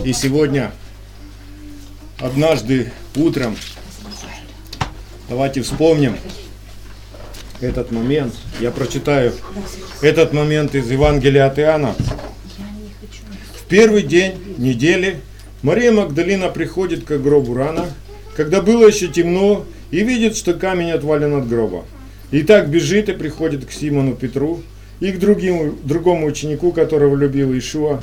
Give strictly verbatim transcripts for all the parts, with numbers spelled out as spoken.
И сегодня, однажды утром, давайте вспомним этот момент. Я прочитаю этот момент из Евангелия от Иоанна. В первый день недели Мария Магдалина приходит к гробу рано, когда было еще темно, и видит, что камень отвален от гроба. И так бежит и приходит к Симону Петру и к другим, другому ученику, которого любил Иешуа,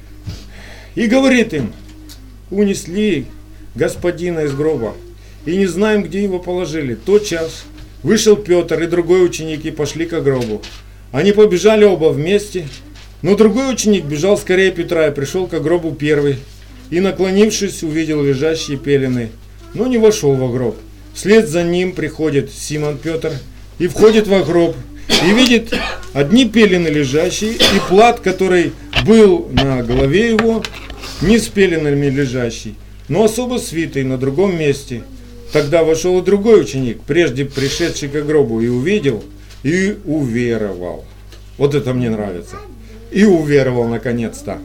и говорит им: унесли Господина из гроба, и не знаем, где его положили. Тотчас вышел Петр и другой ученик и пошли к гробу. Они побежали оба вместе, но другой ученик бежал скорее Петра и пришел к гробу первый, и, наклонившись, увидел лежащие пелены, но не вошел во гроб. Вслед за ним приходит Симон Петр и входит во гроб, и видит одни пелены лежащие, и плат, который был на голове его, не с пеленами лежащий, но особо свитый на другом месте. Тогда вошел и другой ученик, прежде пришедший к гробу, и увидел, и уверовал. Вот это мне нравится. И уверовал наконец-то.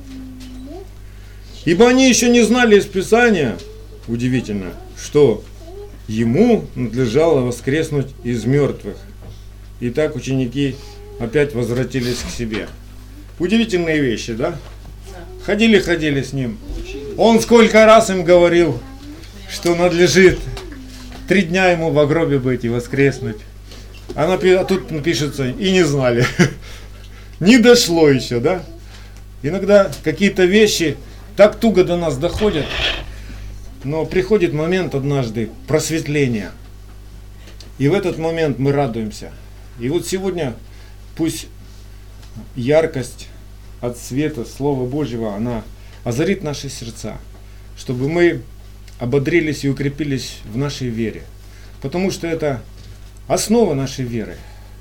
Ибо они еще не знали из Писания, удивительно, что ему надлежало воскреснуть из мертвых. И так ученики опять возвратились к себе. Удивительные вещи, да? Ходили-ходили с ним. Он сколько раз им говорил, что надлежит три дня ему в гробе быть и воскреснуть. А, напи- а тут напишется: и не знали. Не дошло еще, да? Иногда какие-то вещи так туго до нас доходят, но приходит момент однажды просветления. И в этот момент мы радуемся. И вот сегодня пусть яркость от света Слова Божьего, она озарит наши сердца, чтобы мы ободрились и укрепились в нашей вере. Потому что это основа нашей веры.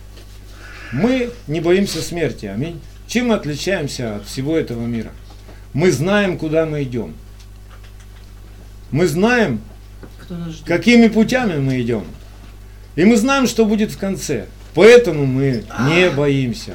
Мы не боимся смерти, аминь. Чем мы отличаемся от всего этого мира? Мы знаем, куда мы идем. Мы знаем, какими путями мы идем. И мы знаем, что будет в конце. Поэтому мы не боимся.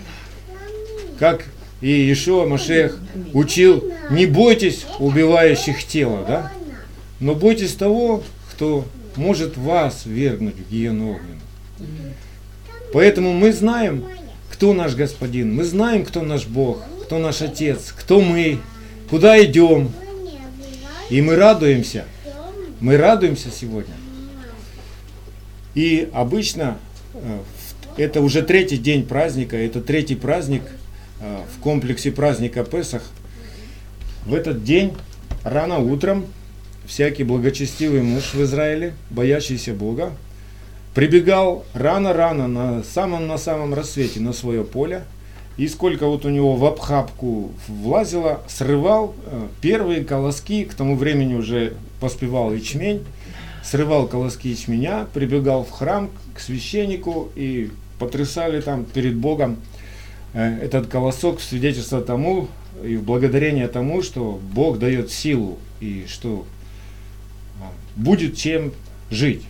Как и Иешуа Машиах учил: не бойтесь убивающих тело, да? Но бойтесь того, кто может вас вергнуть в гиену огненную. Поэтому мы знаем, кто наш Господин, мы знаем, кто наш Бог, кто наш Отец, кто мы, куда идем. И мы радуемся. Мы радуемся сегодня. И обычно это уже третий день праздника, это третий праздник в комплексе праздника Песах. В этот день рано утром всякий благочестивый муж в Израиле, боящийся Бога, прибегал рано-рано, на самом на самом рассвете на свое поле, и сколько вот у него в обхапку влазило, срывал первые колоски, к тому времени уже поспевал ячмень, срывал колоски ячменя, прибегал в храм к священнику и потрясали там перед Богом этот колосок в свидетельство тому и в благодарение тому, что Бог дает силу и что будет чем жить.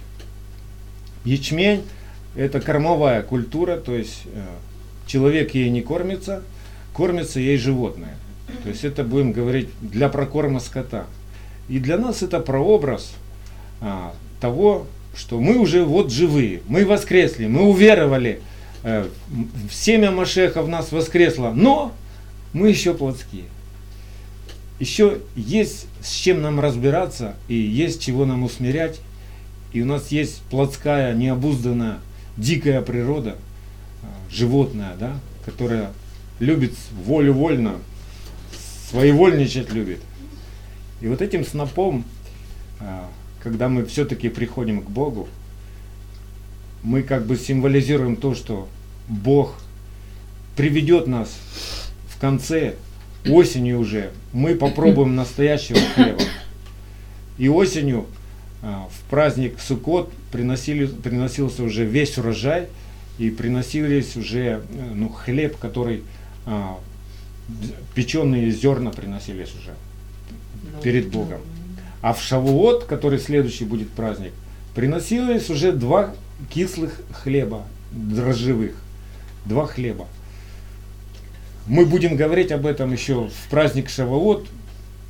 Ячмень – это кормовая культура, то есть человек ей не кормится, кормится ей животное. То есть это, будем говорить, для прокорма скота. И для нас это прообраз а, того, что мы уже вот живые, мы воскресли, мы уверовали, э, семя Машеха в нас воскресло, но мы еще плотские. Еще есть с чем нам разбираться, и есть чего нам усмирять, и у нас есть плотская, необузданная, дикая природа, животное, да, которое любит волю-вольно, своевольничать любит. И вот этим снопом, когда мы все-таки приходим к Богу, мы как бы символизируем то, что Бог приведет нас в конце, осенью уже, мы попробуем настоящего хлеба. И осенью в праздник Суккот приносили, приносился уже весь урожай, и приносились уже ну, хлеб, который а, печеные зерна приносились уже перед Богом. А в Шавуот, который следующий будет праздник, приносилось уже два кислых хлеба, дрожжевых. Два хлеба. Мы будем говорить об этом еще в праздник Шавуот.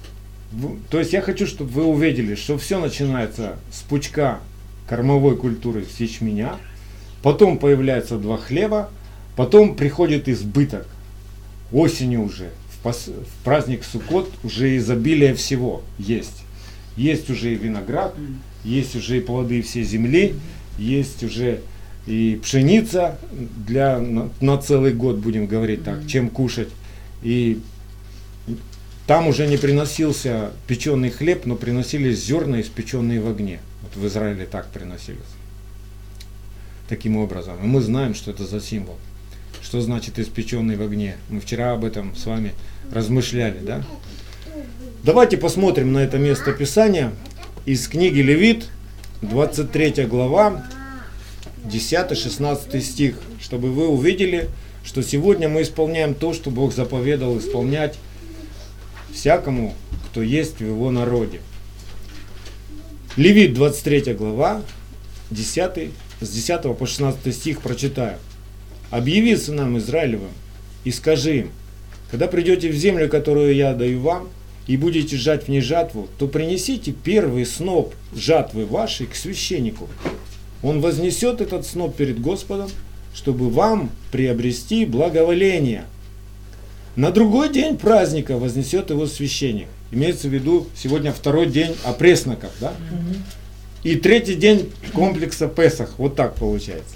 То есть я хочу, чтобы вы увидели, что все начинается с пучка кормовой культуры с ячменя, потом появляются два хлеба, потом приходит избыток. Осенью уже, в, пос, в праздник Суккот уже изобилие всего есть. Есть уже и виноград, есть уже и плоды всей земли, есть уже и пшеница для, на, на целый год, будем говорить так, чем кушать. И там уже не приносился печеный хлеб, но приносились зерна, испеченные в огне. Вот в Израиле так приносились. Таким образом. И мы знаем, что это за символ. Что значит испеченный в огне? Мы вчера об этом с вами размышляли, да? Давайте посмотрим на это место Писания из книги Левит, двадцать третья глава, десятый-шестнадцатый стих, чтобы вы увидели, что сегодня мы исполняем то, что Бог заповедал исполнять всякому, кто есть в его народе. Левит, двадцать третья глава, десятый, с десятого по шестнадцатый стих прочитаю. «Объяви сынам Израилевым и скажи им, когда придете в землю, которую я даю вам, и будете жать в ней жатву, то принесите первый сноп жатвы вашей к священнику. Он вознесет этот сноп перед Господом, чтобы вам приобрести благоволение. На другой день праздника вознесет его священник». Имеется в виду сегодня второй день опресноков, да? И третий день комплекса Песах. Вот так получается.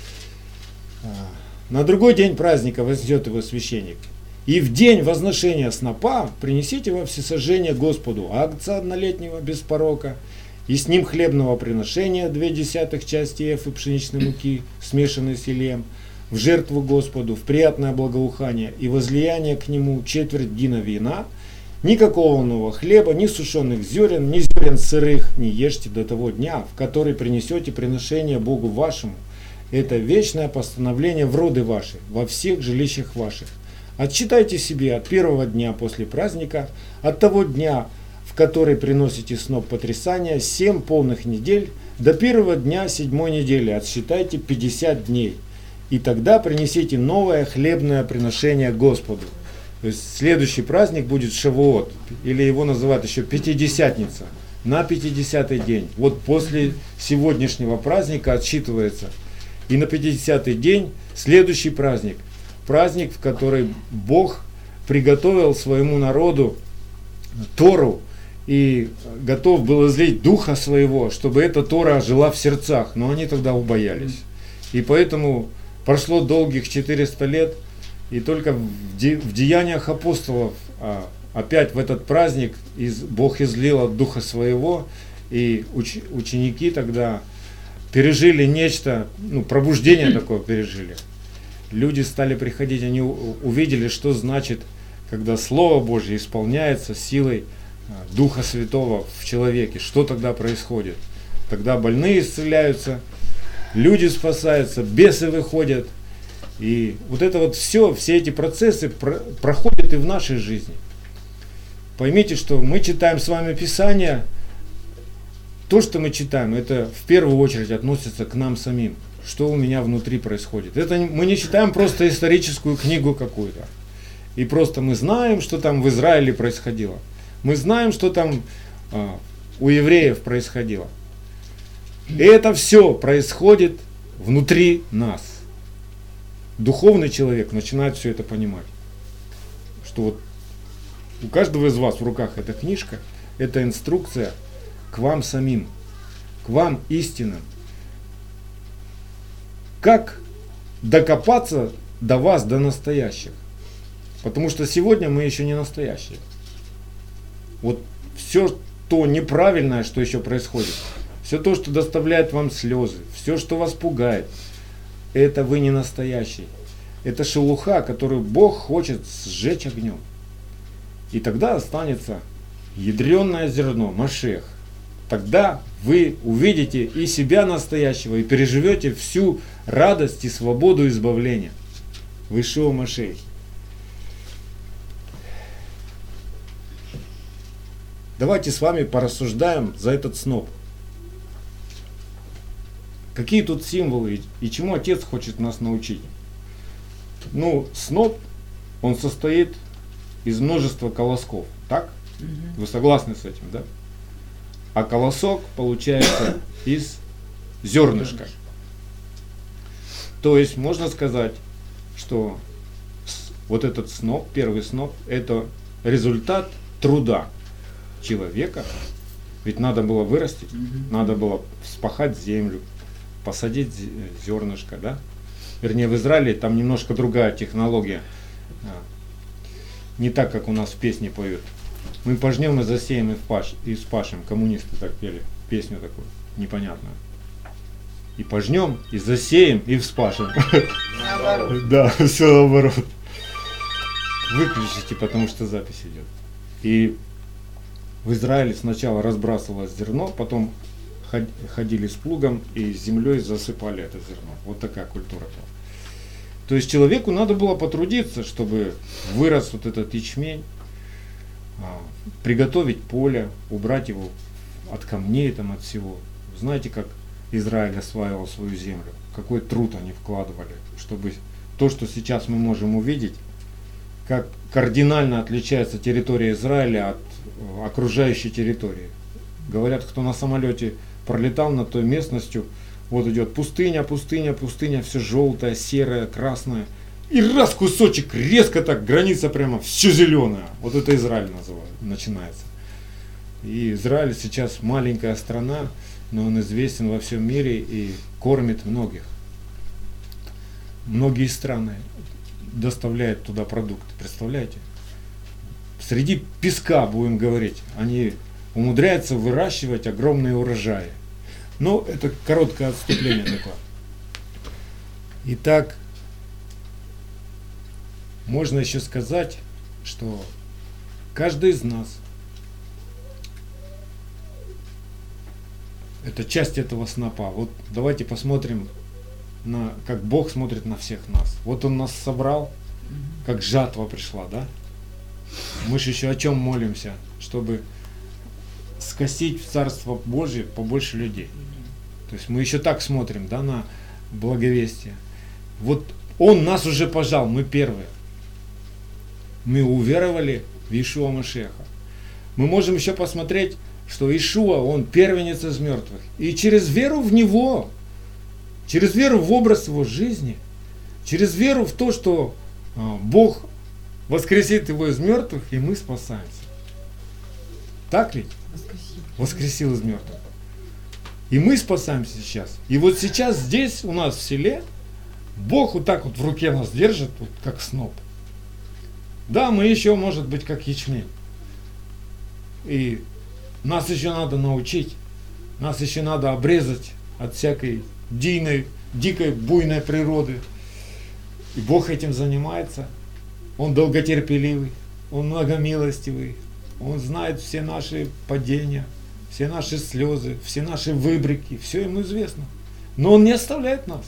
На другой день праздника вознесет его священник. И в день возношения снопа принесите во всесожжение Господу агнца однолетнего без порока, и с ним хлебного приношения две десятых части эфы пшеничной муки, смешанной с елеем, в жертву Господу, в приятное благоухание, и возлияние к нему четверть гина вина. Никакого нового хлеба, ни сушеных зерен, ни зерен сырых не ешьте до того дня, в который принесете приношение Богу вашему. Это вечное постановление в роды ваши, во всех жилищах ваших. Отсчитайте себе от первого дня после праздника, от того дня, в который приносите сноп потрясания, семь полных недель, до первого дня седьмой недели отсчитайте пятьдесят дней. И тогда принесите новое хлебное приношение Господу. То есть следующий праздник будет Шавуот, или его называют еще Пятидесятница, на пятидесятый день. Вот после сегодняшнего праздника отсчитывается. И на пятидесятый день следующий праздник. Праздник, в который Бог приготовил своему народу Тору и готов был излить Духа Своего, чтобы эта Тора жила в сердцах. Но они тогда убоялись. И поэтому прошло долгих четыреста лет, и только в деяниях апостолов а, опять в этот праздник из, Бог излил от Духа Своего, и уч, ученики тогда пережили нечто, ну, пробуждение такое пережили. Люди стали приходить, они увидели, что значит, когда Слово Божье исполняется силой Духа Святого в человеке. Что тогда происходит? Тогда больные исцеляются, люди спасаются, бесы выходят. И вот это вот все, все эти процессы про, проходят и в нашей жизни. Поймите, что мы читаем с вами Писание. То, что мы читаем, это в первую очередь относится к нам самим. Что у меня внутри происходит. Это мы не читаем просто историческую книгу какую-то. И просто мы знаем, что там в Израиле происходило. Мы знаем, что там а, у евреев происходило. И это все происходит внутри нас. Духовный человек начинает все это понимать. Что вот у каждого из вас в руках эта книжка, это инструкция к вам самим, к вам истинным. Как докопаться до вас, до настоящих. Потому что сегодня мы еще не настоящие. Вот все то неправильное, что еще происходит, все то, что доставляет вам слезы, все, что вас пугает, это вы не настоящий. Это шелуха, которую Бог хочет сжечь огнем. И тогда останется ядреное зерно, Машиах. Тогда вы увидите и себя настоящего, и переживете всю радость и свободу избавления в Иешуа Машиахе. Давайте с вами порассуждаем за этот сноп. Какие тут символы и чему Отец хочет нас научить? Ну, сноп, он состоит из множества колосков, так? Вы согласны с этим, да? А колосок получается из зернышка. То есть можно сказать, что вот этот сноп, первый сноп, это результат труда человека. Ведь надо было вырастить, mm-hmm. надо было вспахать землю, посадить зернышко, да? Вернее, в Израиле там немножко другая технология. Не так, как у нас в песне поют. Мы пожнем и засеем и, впаш, и спашем. Коммунисты так пели песню такую непонятную. И пожнем, и засеем, и вспашем. Наоборот. Да, все наоборот. Выключите, потому что запись идет. И в Израиле сначала разбрасывалось зерно, потом ходили с плугом и с землей засыпали это зерно. Вот такая культура была. То есть человеку надо было потрудиться, чтобы вырос вот этот ячмень, приготовить поле, убрать его от камней, там, от всего. Знаете, как Израиль осваивал свою землю? Какой труд они вкладывали, чтобы то, что сейчас мы можем увидеть, как кардинально отличается территория Израиля от окружающей территории. Говорят, кто на самолете пролетал над той местностью, вот идет пустыня, пустыня, пустыня, все желтое, серое, красное. И раз кусочек, резко так, граница прямо, все зеленое. Вот это Израиль называют, начинается. И Израиль сейчас маленькая страна, но он известен во всем мире и кормит многих. Многие страны доставляют туда продукты, представляете? Среди песка, будем говорить, они умудряются выращивать огромные урожаи. Но это короткое отступление такое. Итак, можно еще сказать, что каждый из нас это часть этого снопа. Вот давайте посмотрим, на, как Бог смотрит на всех нас. Вот Он нас собрал, как жатва пришла, да? Мы же еще о чем молимся, чтобы скосить в Царство Божие побольше людей. То есть мы еще так смотрим, да, на благовестие. Вот Он нас уже пожал, мы первые. Мы уверовали в Иешуа Машеха. Мы можем еще посмотреть, что Иешуа, Он первенец из мертвых. И через веру в Него, через веру в образ Его жизни, через веру в то, что а, Бог воскресит Его из мертвых, и мы спасаемся. Так ведь? Воскресил. Воскресил из мертвых. И мы спасаемся сейчас. И вот сейчас здесь, у нас в селе, Бог вот так вот в руке нас держит, вот как сноп. Да, мы еще, может быть, как ячмень. И нас еще надо научить, нас еще надо обрезать от всякой дикой, дикой буйной природы. И Бог этим занимается. Он долготерпеливый, Он многомилостивый, Он знает все наши падения, все наши слезы, все наши выбрики, все Ему известно. Но Он не оставляет нас.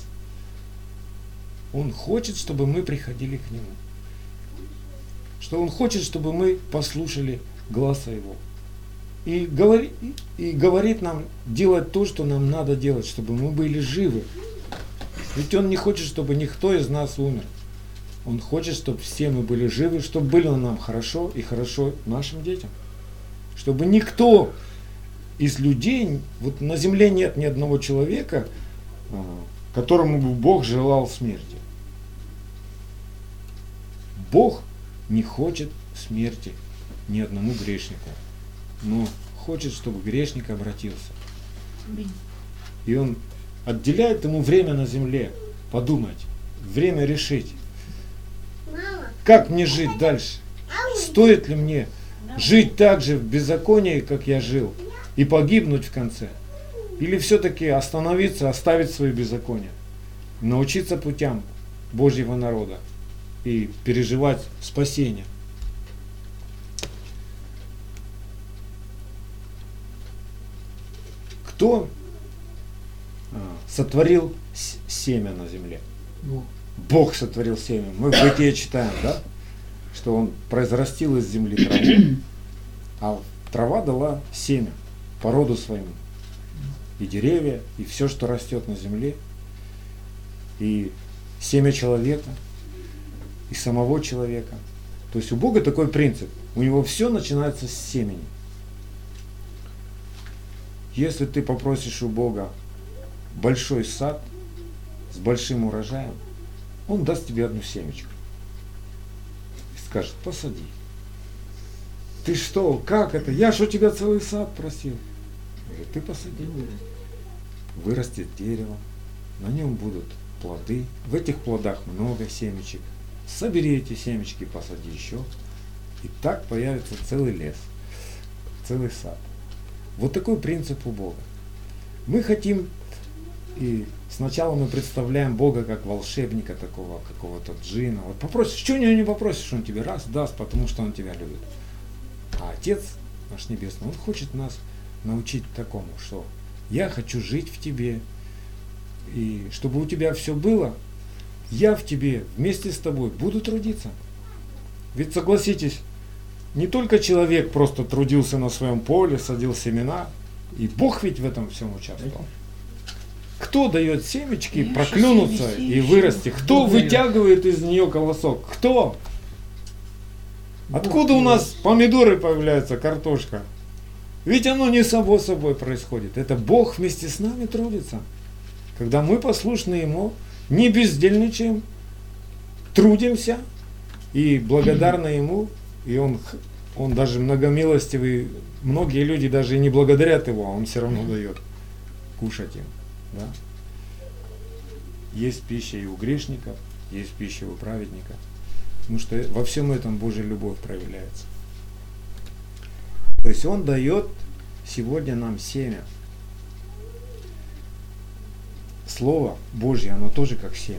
Он хочет, чтобы мы приходили к Нему. Что Он хочет, чтобы мы послушали гласа Его. И, говори, и говорит нам делать то, что нам надо делать, чтобы мы были живы. Ведь Он не хочет, чтобы никто из нас умер. Он хочет, чтобы все мы были живы, чтобы было нам хорошо и хорошо нашим детям. Чтобы никто из людей, вот на земле нет ни одного человека, которому бы Бог желал смерти. Бог не хочет смерти ни одному грешнику, но хочет, чтобы грешник обратился. И Он отделяет ему время на земле, подумать, время решить, как мне жить дальше, стоит ли мне жить так же в беззаконии, как я жил, и погибнуть в конце, или все-таки остановиться, оставить свои беззакония, научиться путям Божьего народа и переживать спасение. Кто сотворил семя на земле? Бог. Бог сотворил семя. Мы в Бытие читаем, да? Что Он произрастил из земли траву, а трава дала семя по роду своему. И деревья, и все, что растет на земле, и семя человека, и самого человека. То есть у Бога такой принцип. У него все начинается с семени. Если ты попросишь у Бога большой сад с большим урожаем, Он даст тебе одну семечку. И скажет, посади. Ты что, как это? Я ж у тебя целый сад просил. Говорит, ты посади. Вырастет дерево, на нем будут плоды. В этих плодах много семечек. Собери эти семечки, посади еще. И так появится целый лес, целый сад. Вот такой принцип у Бога. Мы хотим, и сначала мы представляем Бога как волшебника такого, какого-то джина. Вот попросишь, что у него не попросишь, он тебе раз даст, потому что он тебя любит. А Отец наш Небесный, Он хочет нас научить такому, что я хочу жить в тебе, и чтобы у тебя все было, я в тебе вместе с тобой буду трудиться. Ведь согласитесь, не только человек просто трудился на своем поле, садил семена, и Бог ведь в этом всем участвовал. Кто дает семечки я проклюнуться и вырасти? Кто вытягивает из нее колосок? Кто? Откуда у нас помидоры появляются, картошка? Ведь оно не само собой происходит. Это Бог вместе с нами трудится. Когда мы послушны Ему, не бездельничаем, трудимся и благодарны Ему, и Он, он даже многомилостивый. Многие люди даже и не благодарят Его, а Он все равно дает кушать им. Да? Есть пища и у грешников, есть пища у праведников. Потому что во всем этом Божья любовь проявляется. То есть Он дает сегодня нам семя. Слово Божье, оно тоже как семя.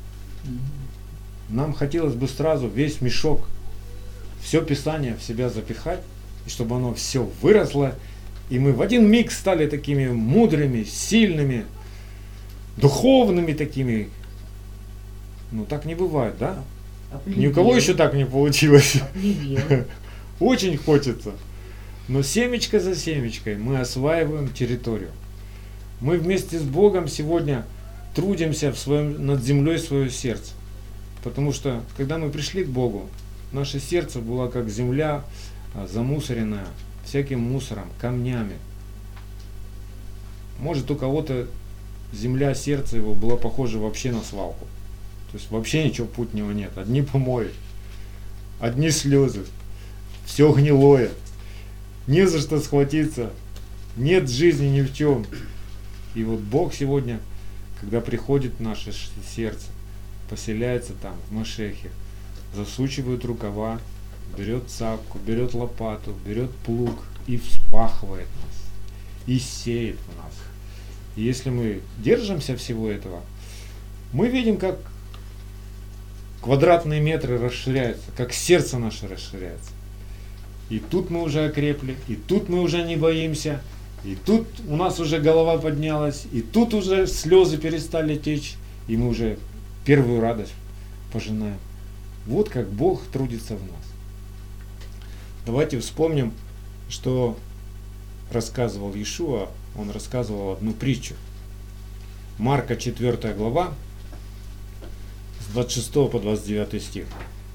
Нам хотелось бы сразу весь мешок, все Писание в себя запихать, и чтобы оно все выросло, и мы в один миг стали такими мудрыми, сильными, духовными такими. Ну так не бывает, да? Оплевел. Ни у кого еще так не получилось. Очень хочется. Но семечко за семечкой мы осваиваем территорию. Мы вместе с Богом сегодня трудимся в своем, над землей свое сердце. Потому что, когда мы пришли к Богу, наше сердце было как земля замусоренная всяким мусором, камнями. Может, у кого-то земля, сердце его было похоже вообще на свалку. То есть вообще ничего путнего нет. Одни помои, одни слезы, все гнилое. Не за что схватиться, нет жизни ни в чем. И вот Бог сегодня, когда приходит в наше сердце, поселяется там, в Машехе, засучивает рукава, берет цапку, берет лопату, берет плуг и вспахивает нас, и сеет в нас. И если мы держимся всего этого, мы видим, как квадратные метры расширяются, как сердце наше расширяется. И тут мы уже окрепли, и тут мы уже не боимся, и тут у нас уже голова поднялась, и тут уже слезы перестали течь, и мы уже первую радость пожинаем. Вот как Бог трудится в нас. Давайте вспомним, что рассказывал Иешуа. Он рассказывал одну притчу. Марка четвёртая глава, с двадцать шестого по двадцать девятый стих.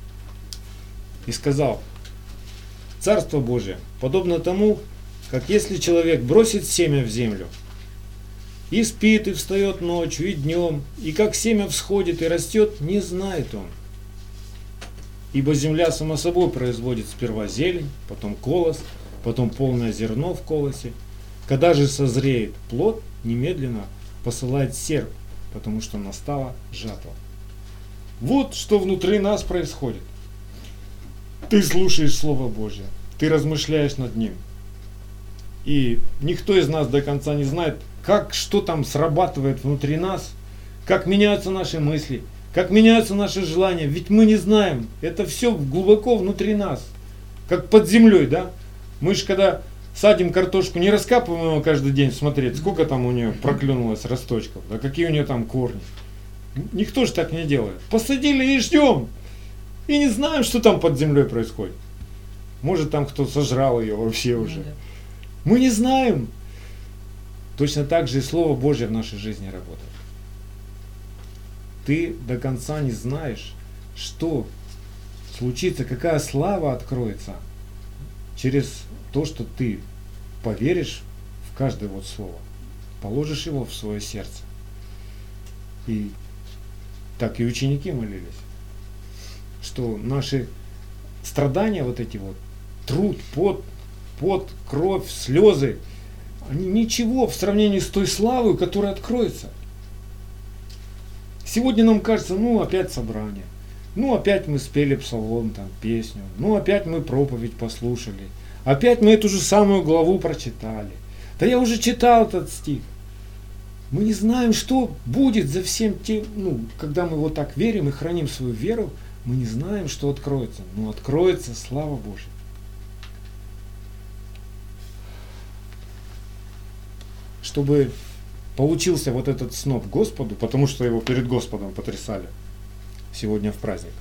И сказал: Царство Божие подобно тому, как если человек бросит семя в землю, и спит, и встает ночью, и днем, и как семя всходит и растет, не знает он. Ибо земля само собой производит сперва зелень, потом колос, потом полное зерно в колосе. Когда же созреет плод, немедленно посылает серп, потому что настала жатва. Вот что внутри нас происходит. Ты слушаешь Слово Божье, ты размышляешь над ним. И никто из нас до конца не знает, как, что там срабатывает внутри нас, как меняются наши мысли, как меняются наши желания. Ведь мы не знаем, это все глубоко внутри нас, как под землей, да? Мы же когда садим картошку, не раскапываем его каждый день смотреть, сколько там у нее проклюнулось росточков, да какие у нее там корни. Никто же так не делает. Посадили и ждем. И не знаем, что там под землей происходит. Может, там кто сожрал ее вообще уже. Мы не знаем. Точно так же и Слово Божье в нашей жизни работает. Ты до конца не знаешь, что случится, какая слава откроется через то, что ты поверишь в каждое вот слово, положишь его в свое сердце. И так и ученики молились, что наши страдания, вот эти вот, труд, пот, пот, кровь, слезы, они ничего в сравнении с той славой, которая откроется. Сегодня нам кажется, ну опять собрание, ну опять мы спели псалом, там, песню, ну опять мы проповедь послушали, опять мы эту же самую главу прочитали. Да я уже читал этот стих. Мы не знаем, что будет за всем тем, ну, когда мы вот так верим и храним свою веру, мы не знаем, что откроется. Но откроется слава Божья. Чтобы получился вот этот сноп Господу, потому что его перед Господом потрясали сегодня в праздник.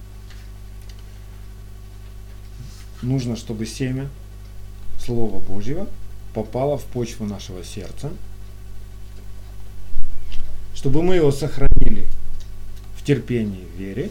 Нужно, чтобы семя Слова Божьего попало в почву нашего сердца, чтобы мы его сохранили в терпении, в вере.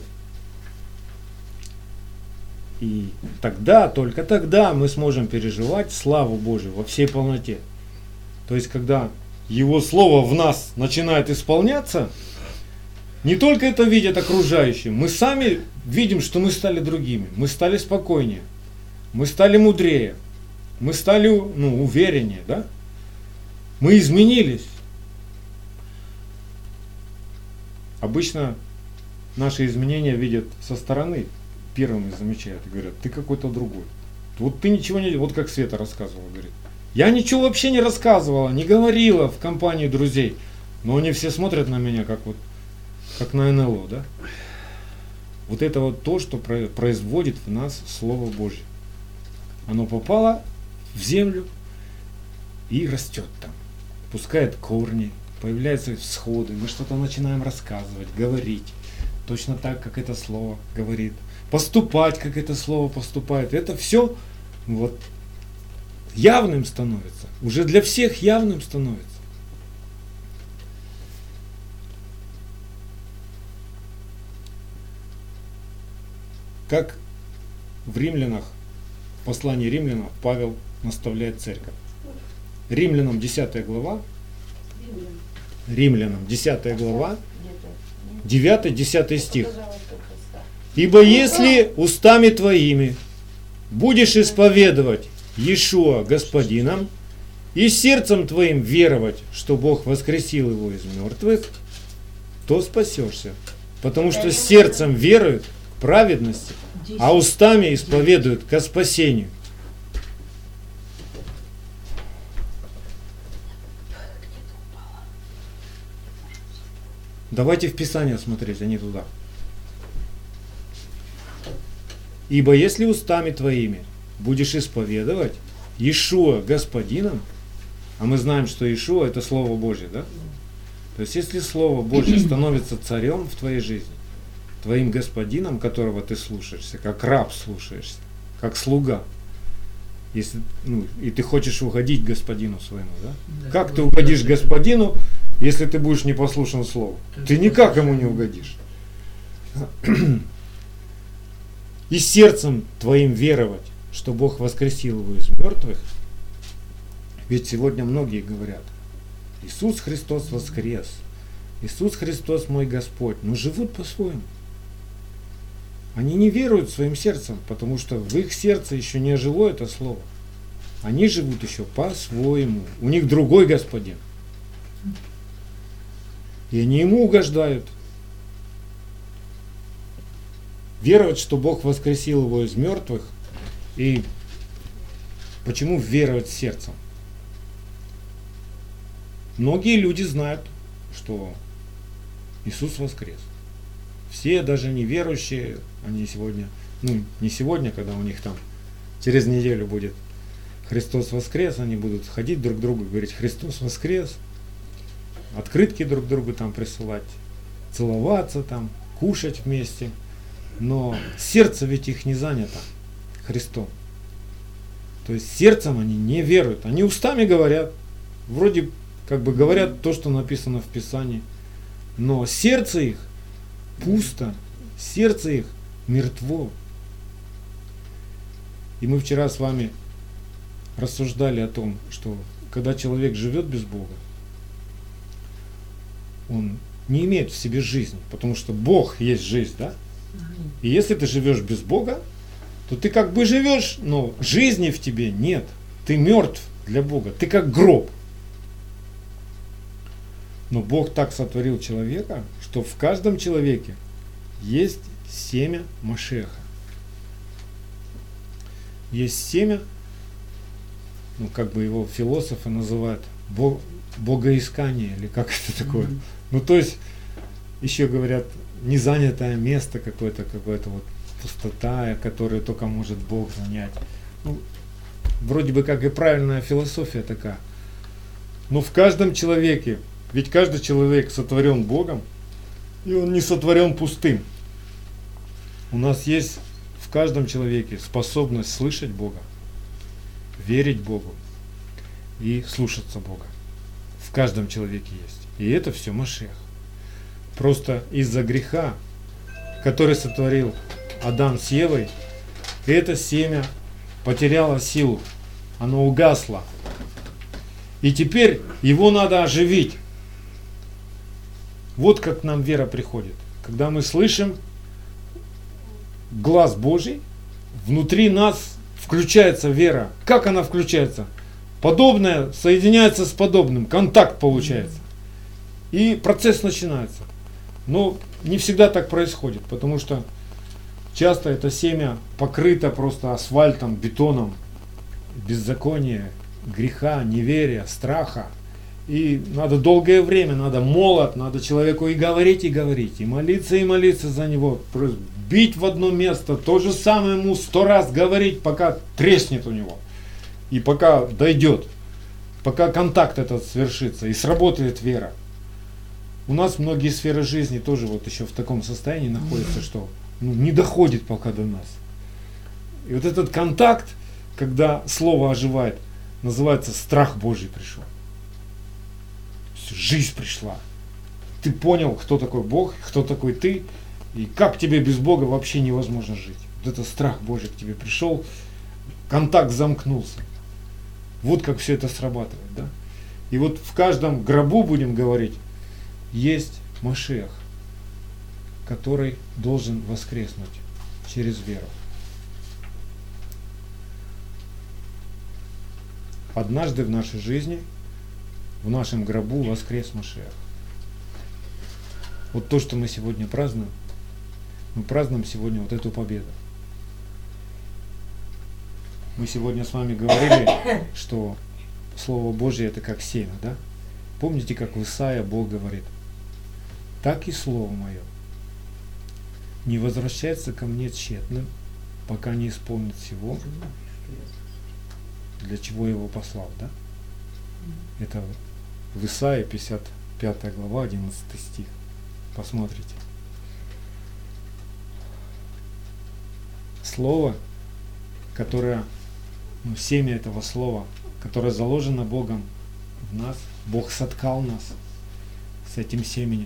И тогда, только тогда мы сможем переживать славу Божию во всей полноте. То есть, когда Его Слово в нас начинает исполняться, не только это видят окружающие, мы сами видим, что мы стали другими, мы стали спокойнее, мы стали мудрее, мы стали, ну, увереннее, да? Мы изменились. Обычно наши изменения видят со стороны, первыми замечают и говорят, ты какой-то другой. Вот ты ничего не... Вот как Света рассказывала, говорит. Я ничего вообще не рассказывала, не говорила в компании друзей. Но они все смотрят на меня, как вот, как на эн эл о, да? Вот это вот то, что производит в нас Слово Божье. Оно попало в землю и растет там. Пускает корни, появляются всходы, мы что-то начинаем рассказывать, говорить. Точно так, как это слово говорит. Поступать, как это слово поступает. Это все вот явным становится. Уже для всех явным становится. Как в Римлянах, в послании Римлянам Павел наставляет церковь. Римлянам десятая глава. Римлянам десятая глава. девятый-десятый стих. Ибо если устами твоими будешь исповедовать Иешуа Господином и сердцем твоим веровать, что Бог воскресил его из мертвых, то спасешься. Потому что сердцем веруют к праведности, а устами исповедуют ко спасению. Давайте в Писание смотреть, а не туда. Ибо если устами твоими будешь исповедовать Иешуа Господином, а мы знаем, что Иешуа это Слово Божье, да? То есть если Слово Божье становится царем в твоей жизни, твоим господином, которого ты слушаешься, как раб слушаешься, как слуга, если, ну, и ты хочешь угодить господину своему, да? Да, как ты угодишь господину, если ты будешь непослушен Слову? Ты никак ему не угодишь. И сердцем твоим веровать, что Бог воскресил его из мертвых. Ведь сегодня многие говорят, Иисус Христос воскрес, Иисус Христос мой Господь, но живут по-своему. Они не веруют своим сердцем, потому что в их сердце еще не ожило это слово. Они живут еще по-своему. У них другой Господин. И они ему угождают. Веровать, что Бог воскресил его из мертвых. И почему веровать сердцем? Многие люди знают, что Иисус воскрес. Все, даже неверующие, они сегодня, ну не сегодня, когда у них там через неделю будет Христос воскрес, они будут ходить друг к другу и говорить Христос воскрес, открытки друг другу там присылать, целоваться там, кушать вместе. Но сердце ведь их не занято Христом. То есть сердцем они не веруют. Они устами говорят, вроде как бы говорят то, что написано в Писании. Но сердце их пусто, сердце их мертво. И мы вчера с вами рассуждали о том, что когда человек живет без Бога, он не имеет в себе жизни, потому что Бог есть жизнь, да? И если ты живешь без Бога, то ты как бы живешь, но жизни в тебе нет. Ты мертв для Бога, ты как гроб. Но Бог так сотворил человека, что в каждом человеке есть семя Машеха. Есть семя, ну как бы его философы называют, бог, богоискание, или как это такое. Mm-hmm. Ну то есть, еще говорят, незанятое место какое-то, какое-то вот пустота, которую только может Бог занять. Ну, вроде бы как и правильная философия такая. Но в каждом человеке, ведь каждый человек сотворен Богом, и он не сотворен пустым. У нас есть в каждом человеке способность слышать Бога, верить Богу и слушаться Бога. В каждом человеке есть. И это все Машех. Просто из-за греха, который сотворил Адам с Евой, это семя потеряло силу. Оно угасло. И теперь его надо оживить. Вот как к нам вера приходит. Когда мы слышим глаз Божий, внутри нас включается вера. Как она включается? Подобное соединяется с подобным, контакт получается. И процесс начинается. Но не всегда так происходит, потому что часто это семя покрыто просто асфальтом, бетоном, беззакония, греха, неверия, страха. И надо долгое время, надо молот, надо человеку и говорить, и говорить, и молиться, и молиться за него, бить в одно место, то же самое ему сто раз говорить, пока треснет у него, и пока дойдет, пока контакт этот свершится, и сработает вера. У нас многие сферы жизни тоже вот еще в таком состоянии находятся, что ну, не доходит пока до нас. И вот этот контакт, когда слово оживает, называется страх Божий пришел. Жизнь пришла. Ты понял, кто такой Бог, кто такой ты, и как тебе без Бога вообще невозможно жить. Вот это страх Божий к тебе пришел, контакт замкнулся. Вот как все это срабатывает, да? И вот в каждом гробу, будем говорить, есть Машех, который должен воскреснуть через веру. Однажды в нашей жизни, в нашем гробу воскрес Машех. Вот то, что мы сегодня празднуем, мы празднуем сегодня вот эту победу. Мы сегодня с вами говорили, что Слово Божье это как семя, да? Помните, как в Исаии Бог говорит: так и Слово Мое не возвращается ко мне тщетным, пока не исполнит всего, для чего его послал, да? Это в Исаии пятьдесят пятая глава, одиннадцатый стих. Посмотрите. Слово, которое, ну, семя этого слова, которое заложено Богом в нас, Бог соткал нас с этим семенем,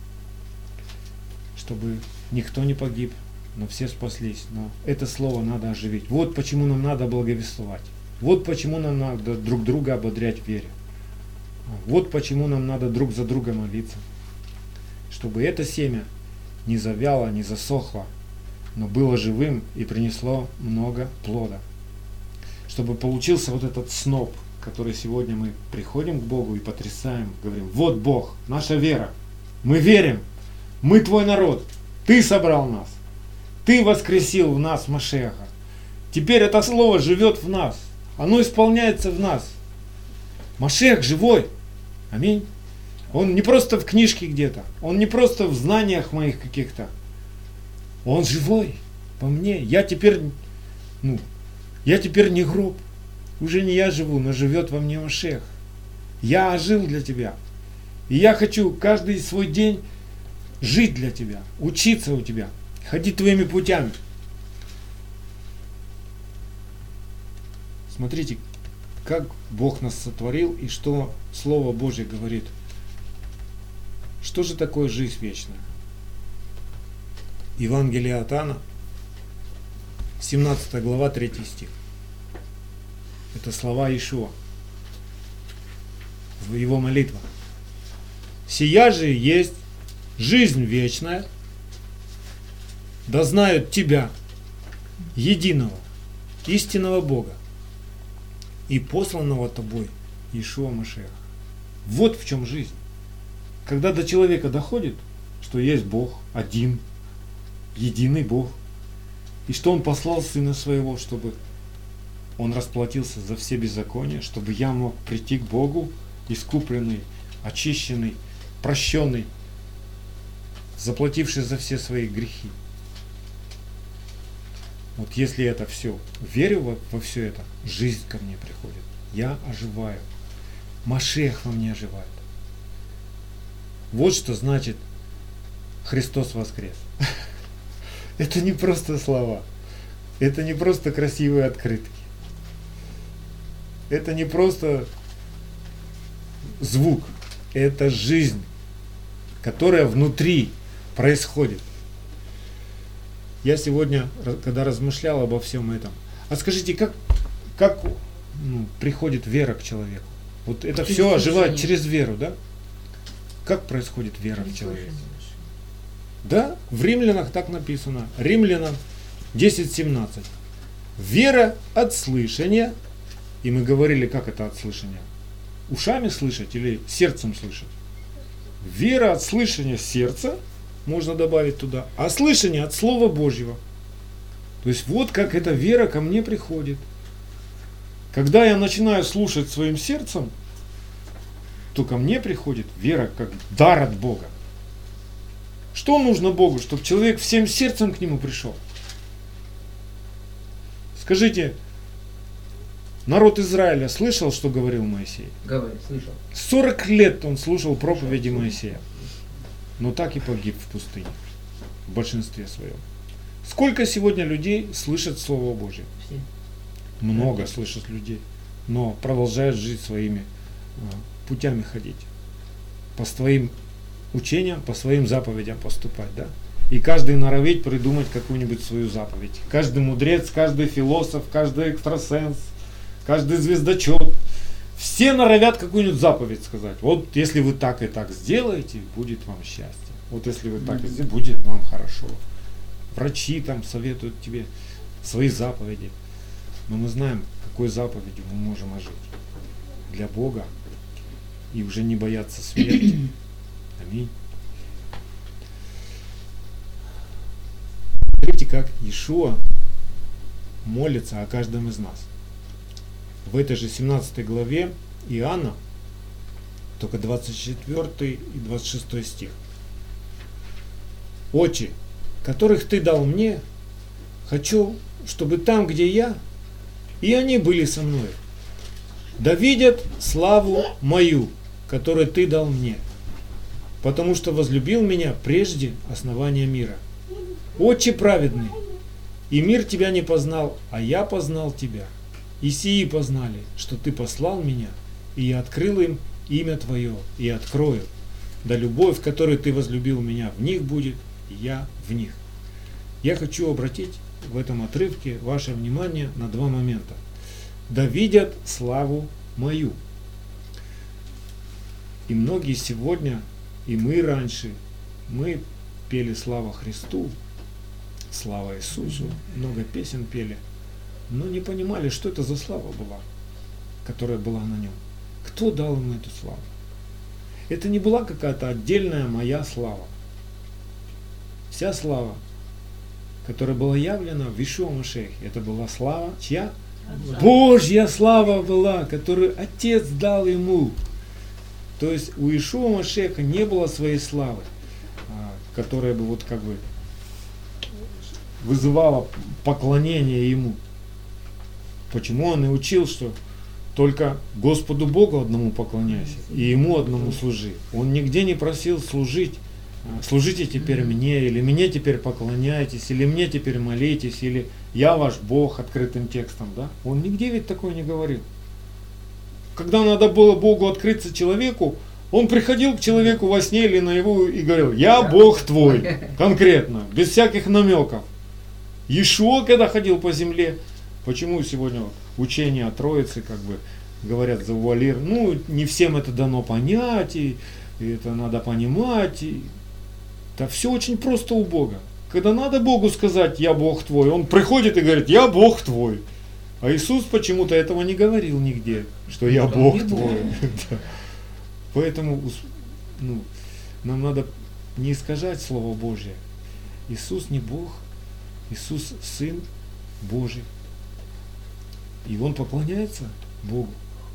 чтобы никто не погиб, но все спаслись. Но это слово надо оживить. Вот почему нам надо благовествовать. Вот почему нам надо друг друга ободрять в вере. Вот почему нам надо друг за друга молиться. Чтобы это семя не завяло, не засохло, но было живым и принесло много плода. Чтобы получился вот этот сноп, который сегодня мы приходим к Богу и потрясаем, говорим: вот Бог, наша вера, мы верим, мы твой народ, ты собрал нас, ты воскресил в нас Машеха. Теперь это слово живет в нас, оно исполняется в нас. Машех живой. Аминь. Он не просто в книжке где-то, он не просто в знаниях моих каких-то. Он живой по мне. Я теперь, ну, я теперь не гроб. Уже не я живу, но живет во мне Машех. Я ожил для тебя. И я хочу каждый свой день жить для тебя, учиться у тебя, ходить твоими путями. Смотрите, как Бог нас сотворил и что Слово Божье говорит. Что же такое жизнь вечная? Евангелие от Иоанна, семнадцатая глава, третий стих. Это слова Иешуа в его молитвах. Сия же есть жизнь вечная, да знают Тебя, единого, истинного Бога и посланного Тобой Иешуа Машиаха. Вот в чем жизнь. Когда до человека доходит, что есть Бог один, единый Бог, и что Он послал Сына Своего, чтобы Он расплатился за все беззакония, чтобы я мог прийти к Богу, искупленный, очищенный, прощенный, заплативший за все свои грехи. Вот если это все, верю во, во все это, жизнь ко мне приходит. Я оживаю. Машиах во мне оживает. Вот что значит Христос воскрес. Это не просто слова. Это не просто красивые открытки. Это не просто звук. Это жизнь, которая внутри происходит. Я сегодня, когда размышлял обо всем этом, а скажите, как, как ну, приходит вера к человеку? Вот это через все оживает через веру, да? Как происходит вера через в человека? Да, в Римлянах так написано. Римлянам десять семнадцать. Вера от слышания. И мы говорили, как это от слышания? Ушами слышать или сердцем слышать? Вера от слышания сердца, можно добавить туда, а слышание от Слова Божьего. То есть вот как эта вера ко мне приходит. Когда я начинаю слушать своим сердцем, то ко мне приходит вера как дар от Бога. Что нужно Богу, чтобы человек всем сердцем к Нему пришел? Скажите, народ Израиля слышал, что говорил Моисей? Говорит, слышал. сорок лет он слушал проповеди Моисея, но так и погиб в пустыне, в большинстве своем. Сколько сегодня людей слышат Слово Божье? Все. Много слышат людей, но продолжают жить своими путями ходить, по своим учениям, по своим заповедям поступать, да? И каждый норовит придумать какую-нибудь свою заповедь. Каждый мудрец, каждый философ, каждый экстрасенс, каждый звездочет, все норовят какую-нибудь заповедь сказать. Вот если вы так и так сделаете, будет вам счастье. Вот если вы так и сделаете, будет вам хорошо. Врачи там советуют тебе свои заповеди. Но мы знаем, какой заповедью мы можем ожить для Бога и уже не бояться смерти. Аминь. Смотрите, как Иешуа молится о каждом из нас. В этой же семнадцатой главе Иоанна, только двадцать четвёртый и двадцать шестой стих. «Отче, которых Ты дал мне, хочу, чтобы там, где я, и они были со мной, да видят славу мою, которую Ты дал мне, потому что возлюбил меня прежде основания мира. Отче праведный, и мир Тебя не познал, а я познал Тебя. И сии познали, что Ты послал меня, и я открыл им имя Твое, и открою. Да любовь, которой Ты возлюбил меня, в них будет, и я в них». Я хочу обратить в этом отрывке ваше внимание на два момента. Да видят славу мою. И многие сегодня, и мы раньше, мы пели слава Христу, слава Иисусу, много песен пели, но не понимали, что это за слава была, которая была на нем. Кто дал ему эту славу? Это не была какая-то отдельная моя слава. Вся слава, которая была явлена в Иешуа Машиахе, это была слава чья? Божья слава была, которую Отец дал ему. То есть у Иешуа Машиаха не было своей славы, которая бы вот как бы вызывала поклонение ему. Почему он и учил, что только Господу Богу одному поклоняйся и Ему одному служи. Он нигде не просил служить, служите теперь мне, или мне теперь поклоняйтесь, или мне теперь молитесь, или я ваш Бог открытым текстом. Да? Он нигде ведь такое не говорил. Когда надо было Богу открыться человеку, он приходил к человеку во сне или наяву и говорил: я Бог твой, конкретно, без всяких намеков. Иешуа, когда ходил по земле, Почему сегодня учение о Троице, как бы, говорят, завуалировано? Ну, не всем это дано понять, и, и это надо понимать. И... Да все очень просто у Бога. Когда надо Богу сказать «Я Бог твой», Он приходит и говорит «Я Бог твой». А Иисус почему-то этого не говорил нигде, что «Я Бог твой». Поэтому ну, нам надо не искажать Слово Божие. Иисус не Бог, Иисус Сын Божий. И Он поклоняется Богу.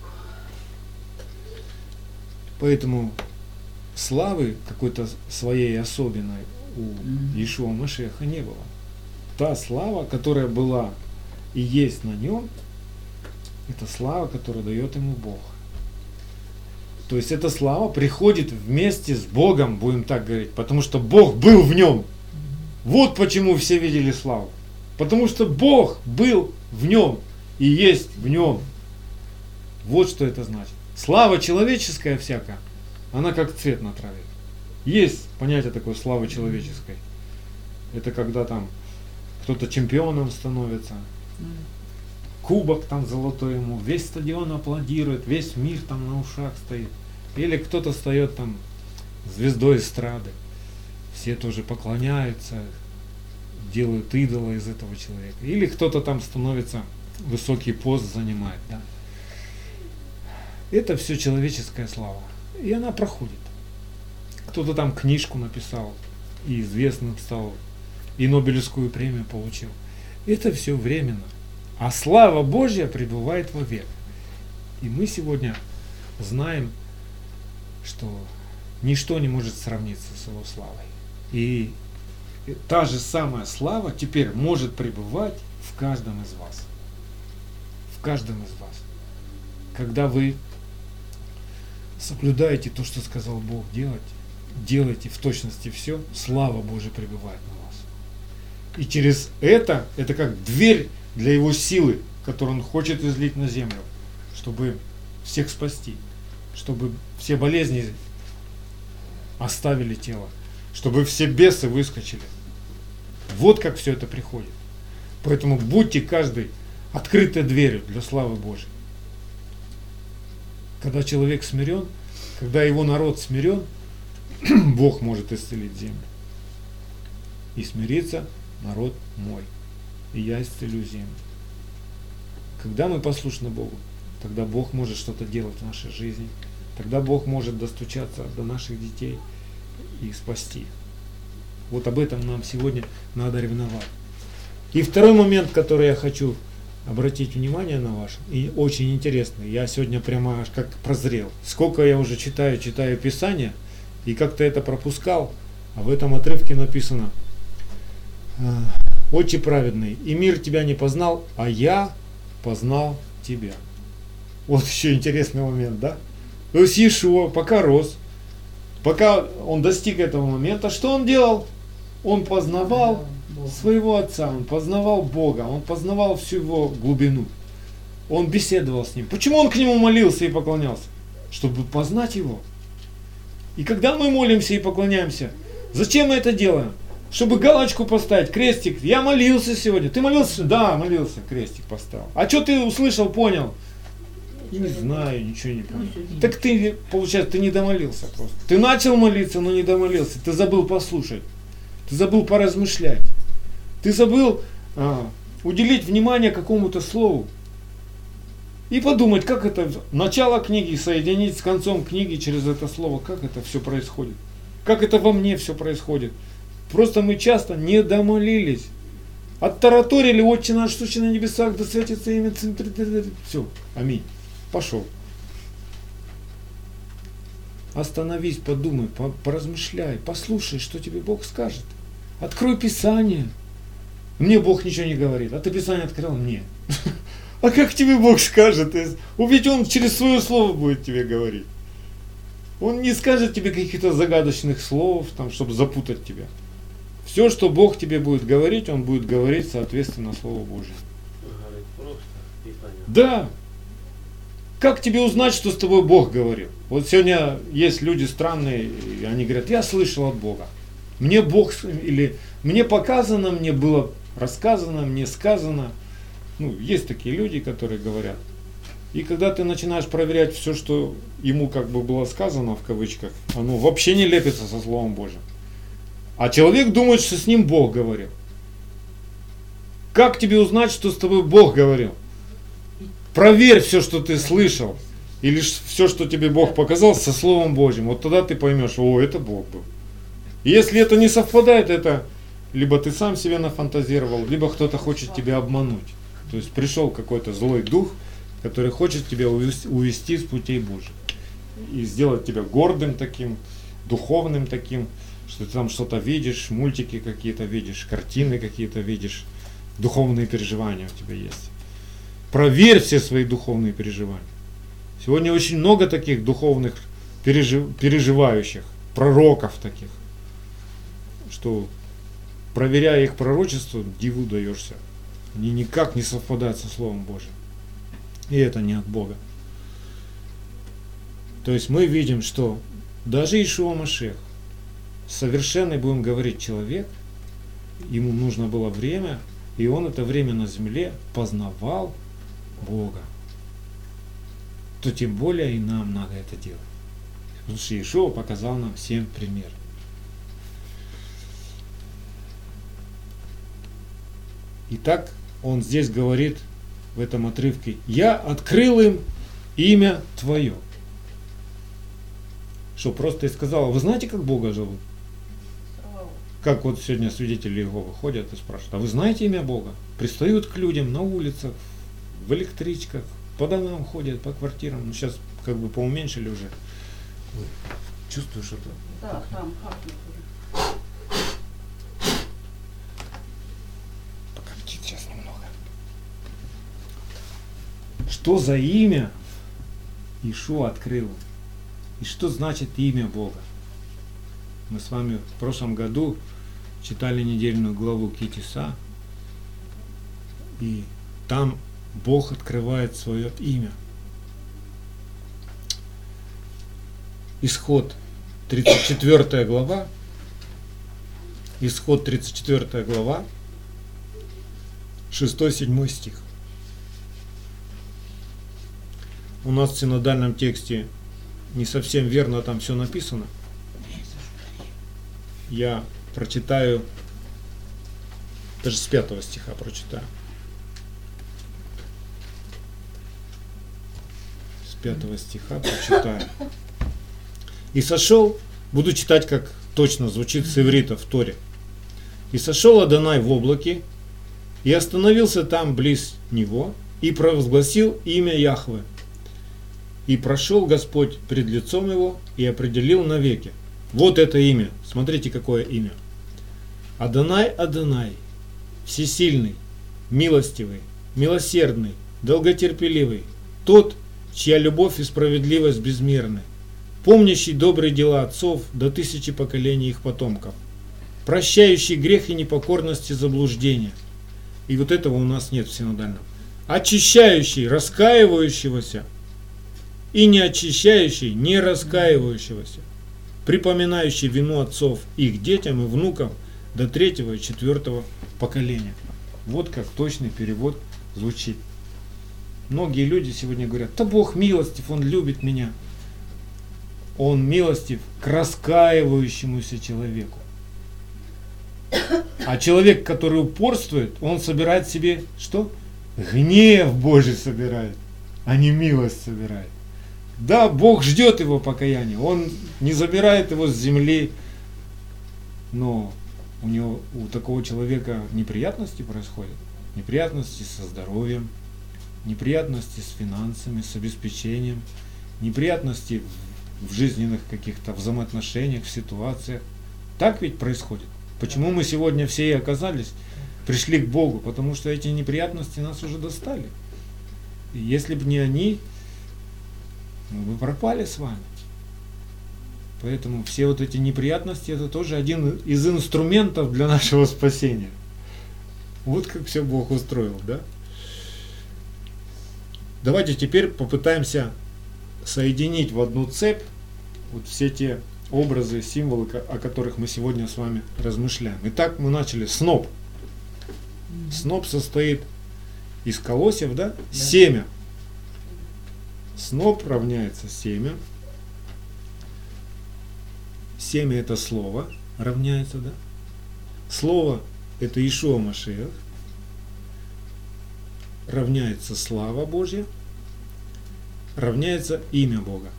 Поэтому славы какой-то своей особенной у Иешуа Машиаха не было. Та слава, которая была и есть на нем, это слава, которую дает ему Бог. То есть эта слава приходит вместе с Богом, будем так говорить, потому что Бог был в нем. Вот почему все видели славу. Потому что Бог был в нем и есть в нем. Вот что это значит. Слава человеческая всякая, она как цвет на траве. Есть понятие такое славы человеческой. Это когда там кто-то чемпионом становится, кубок там золотой ему, весь стадион аплодирует, весь мир там на ушах стоит. Или кто-то встает там звездой эстрады. Все тоже поклоняются, делают идола из этого человека. Или кто-то там становится, высокий пост занимает. Да? Это все человеческая слава. И она проходит. Кто-то там книжку написал, и известным стал, и Нобелевскую премию получил. Это все временно. А слава Божья пребывает вовек. И мы сегодня знаем, что ничто не может сравниться с Его славой. И та же самая слава теперь может пребывать в каждом из вас. В каждом из вас. Когда вы соблюдаете то, что сказал Бог делать, делайте в точности все, слава Божия пребывает на вас. И через это, это как дверь для Его силы, которую Он хочет излить на землю, чтобы всех спасти, чтобы все болезни оставили тело, чтобы все бесы выскочили. Вот как все это приходит. Поэтому будьте каждый открытой дверью для славы Божьей. Когда человек смирен, когда его народ смирен, Бог может исцелить землю. И смирится народ мой, и я исцелю землю. Когда мы послушны Богу, тогда Бог может что-то делать в нашей жизни. Тогда Бог может достучаться до наших детей и спасти. Вот об этом нам сегодня надо ревновать. И второй момент, который я хочу обратить внимание на ваш, и очень интересный. Я сегодня прямо аж как прозрел. Сколько я уже читаю, читаю Писание, и как-то это пропускал, а в этом отрывке написано: «Отче праведный, и мир тебя не познал, а я познал тебя». Вот еще интересный момент, да? То есть Иешуа пока рос, пока он достиг этого момента, что он делал? Он познавал своего Отца, он познавал Бога, он познавал всю его глубину. Он беседовал с Ним. Почему он к Нему молился и поклонялся? Чтобы познать Его. И когда мы молимся и поклоняемся, зачем мы это делаем? Чтобы галочку поставить, крестик. Я молился сегодня. Ты молился? Да, молился, крестик поставил. А что ты услышал, понял? Не знаю, ничего не понял. Так ты, получается, ты не домолился просто. Ты начал молиться, но не домолился. Ты забыл послушать. Ты забыл поразмышлять. Ты забыл а, уделить внимание какому-то слову. И подумать, как это начало книги соединить с концом книги через это слово. Как это все происходит. Как это во мне все происходит. Просто мы часто не домолились. Оттараторили: «Отче наш, сущий на небесах, да святится имя». Все, аминь. Пошел. Остановись, подумай, поразмышляй, послушай, что тебе Бог скажет. Открой Писание. Мне Бог ничего не говорит, а ты Писание открыл? Мне. А как тебе Бог скажет? Ведь Он через свое слово будет тебе говорить. Он не скажет тебе каких-то загадочных слов, там, чтобы запутать тебя. Все, что Бог тебе будет говорить, Он будет говорить соответственно Слову Божьему. Просто и понятно. Да. Как тебе узнать, что с тобой Бог говорил? Вот сегодня есть люди странные, и они говорят: я слышал от Бога. Мне Бог, или мне показано, мне было рассказано, мне сказано. Ну, есть такие люди, которые говорят. И когда ты начинаешь проверять все, что ему как бы было сказано, в кавычках, оно вообще не лепится со Словом Божьим. А человек думает, что с ним Бог говорил. Как тебе узнать, что с тобой Бог говорил? Проверь все, что ты слышал, или все, что тебе Бог показал, со Словом Божьим. Вот тогда ты поймешь, о, это Бог был. И если это не совпадает, это либо ты сам себе нафантазировал, либо кто-то хочет тебя обмануть. То есть пришел какой-то злой дух, который хочет тебя увести с путей Божьих. И сделать тебя гордым таким, духовным таким, что ты там что-то видишь, мультики какие-то видишь, картины какие-то видишь, духовные переживания у тебя есть. Проверь все свои духовные переживания. Сегодня очень много таких духовных пережив... переживающих, пророков таких, что, проверяя их пророчество, диву даешься. Они никак не совпадают со Словом Божьим. И это не от Бога. То есть мы видим, что даже Иешуа Машиах, совершенный, будем говорить, человек, ему нужно было время, и он это время на земле познавал Бога. То тем более и нам надо это делать. Потому что Иешуа показал нам всем пример. Итак, он здесь говорит в этом отрывке: «Я открыл им имя Твое». Что просто и сказал: вы знаете, как Бога зовут? Как вот сегодня свидетели Иеговы ходят и спрашивают: а вы знаете имя Бога? Пристают к людям на улицах, в электричках, по домам ходят, по квартирам. Ну, сейчас как бы поуменьшили уже. Ой, чувствую что-то. Да, там пахнет уже. Покоптит сейчас немного. Что за имя Иешуа открыл? И что значит имя Бога? Мы с вами в прошлом году читали недельную главу Ки-Тиса, и там Бог открывает свое имя. Исход тридцать четвёртая глава, Исход тридцать четвёртая глава, шестой-седьмой стих. У нас в синодальном тексте не совсем верно там все написано. Я прочитаю, даже с пятого стиха прочитаю. С пятого стиха прочитаю. «И сошел», буду читать, как точно звучит с иврита в Торе. «И сошел Адонай в облаке, и остановился там близ него, и провозгласил имя Яхве. И прошел Господь пред лицом его, и определил навеки». Вот это имя. Смотрите, какое имя. Адонай, Адонай, всесильный, милостивый, милосердный, долготерпеливый, тот, чья любовь и справедливость безмерны, помнящий добрые дела отцов до тысячи поколений их потомков, прощающий грех и непокорность и заблуждение. И вот этого у нас нет в синодальном. Очищающий раскаивающегося и не очищающий не раскаивающегося, припоминающий вину отцов их детям и внукам до третьего и четвертого поколения. Вот как точный перевод звучит. Многие люди сегодня говорят: да Бог милостив, Он любит меня. Он милостив к раскаивающемуся человеку. А человек, который упорствует, он собирает себе что? Гнев Божий собирает, а не милость собирает. Да, Бог ждет его покаяния, Он не забирает его с земли, но у него, у такого человека неприятности происходят. Неприятности со здоровьем, неприятности с финансами, с обеспечением, неприятности в жизненных каких-то взаимоотношениях, в ситуациях. Так ведь происходит. Почему мы сегодня все и оказались, пришли к Богу? Потому что эти неприятности нас уже достали. И если бы не они, мы бы пропали с вами. Поэтому все вот эти неприятности — это тоже один из инструментов для нашего спасения. Вот как все Бог устроил, да? Давайте теперь попытаемся соединить в одну цепь вот все те образы, символы, о которых мы сегодня с вами размышляем. Итак, мы начали сноп. Сноп состоит из колосьев, да? Семя. Сноп равняется семя. Семя это слово равняется, да? Слово это Иешуа Машиах. Равняется слава Божья. Равняется имя Бога.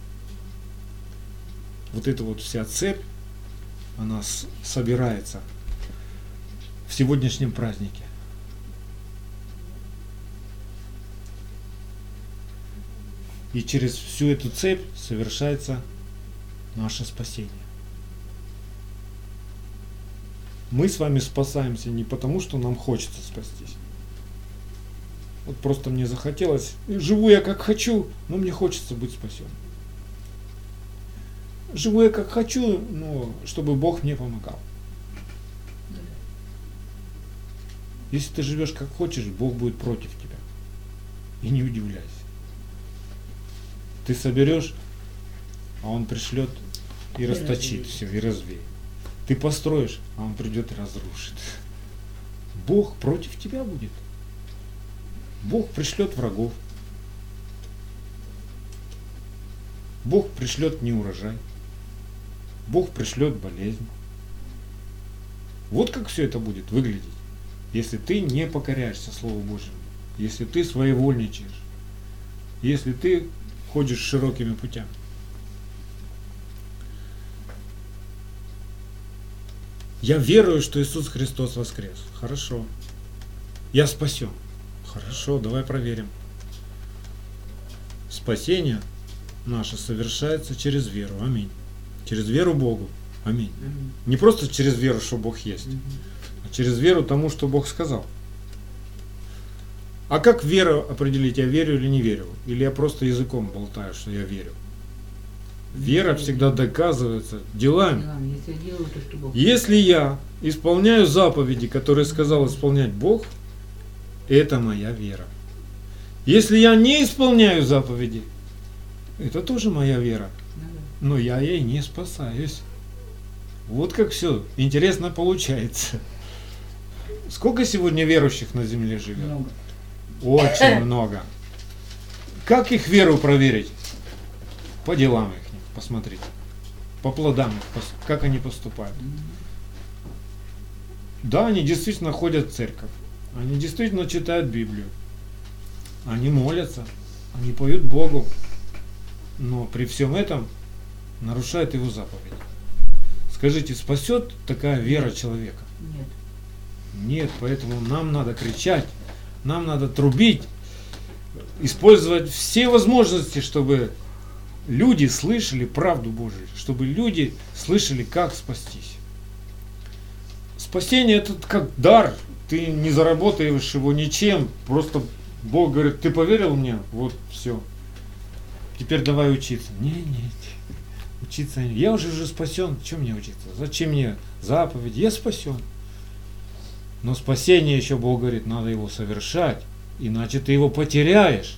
Вот эта вот вся цепь, она с- собирается в сегодняшнем празднике. И через всю эту цепь совершается наше спасение. Мы с вами спасаемся не потому, что нам хочется спастись. Вот просто мне захотелось, и живу я как хочу, но мне хочется быть спасенным. Живу я как хочу, но чтобы Бог мне помогал. Если ты живешь как хочешь, Бог будет против тебя. И не удивляйся. Ты соберешь, а Он пришлет и расточит все, и развеет. Ты построишь, а Он придет и разрушит. Бог против тебя будет. Бог пришлет врагов. Бог пришлет неурожай. Бог пришлет болезнь. Вот как все это будет выглядеть, если ты не покоряешься Слову Божьему, если ты своевольничаешь, если ты ходишь широкими путями. Я верую, что Иисус Христос воскрес. Хорошо. Я спасен. Хорошо, давай проверим. Спасение наше совершается через веру. Аминь. Через веру Богу. Аминь. Аминь. Не просто через веру, что Бог есть, Мгм. а через веру тому, что Бог сказал. А как веру определить, я верю или не верю? Или я просто языком болтаю, что я верю? Вера всегда доказывается делами. Делами. Если я делаю то, что Бог. Если я исполняю заповеди, которые сказал исполнять Бог, это моя вера. Если я не исполняю заповеди, это тоже моя вера. Надо. Но я ей не спасаюсь. Вот как все интересно получается. Сколько сегодня верующих на земле живет? Много. Очень много. Как их веру проверить? По делам их, посмотрите. По плодам их, пос- как они поступают. Мгм. Да, они действительно ходят в церковь. Они действительно читают Библию. Они молятся. Они поют Богу. Но при всем этом нарушают Его заповеди. Скажите, спасет такая вера человека? Нет. Нет, поэтому нам надо кричать, нам надо трубить, использовать все возможности, чтобы люди слышали правду Божию, чтобы люди слышали, как спастись. Спасение это как дар, ты не заработаешь его ничем, просто Бог говорит, ты поверил мне, вот все, теперь давай учиться. Не, нет, учиться, я уже уже спасен, чем мне учиться, зачем мне заповеди, я спасен. Но спасение еще, Бог говорит, надо его совершать, иначе ты его потеряешь.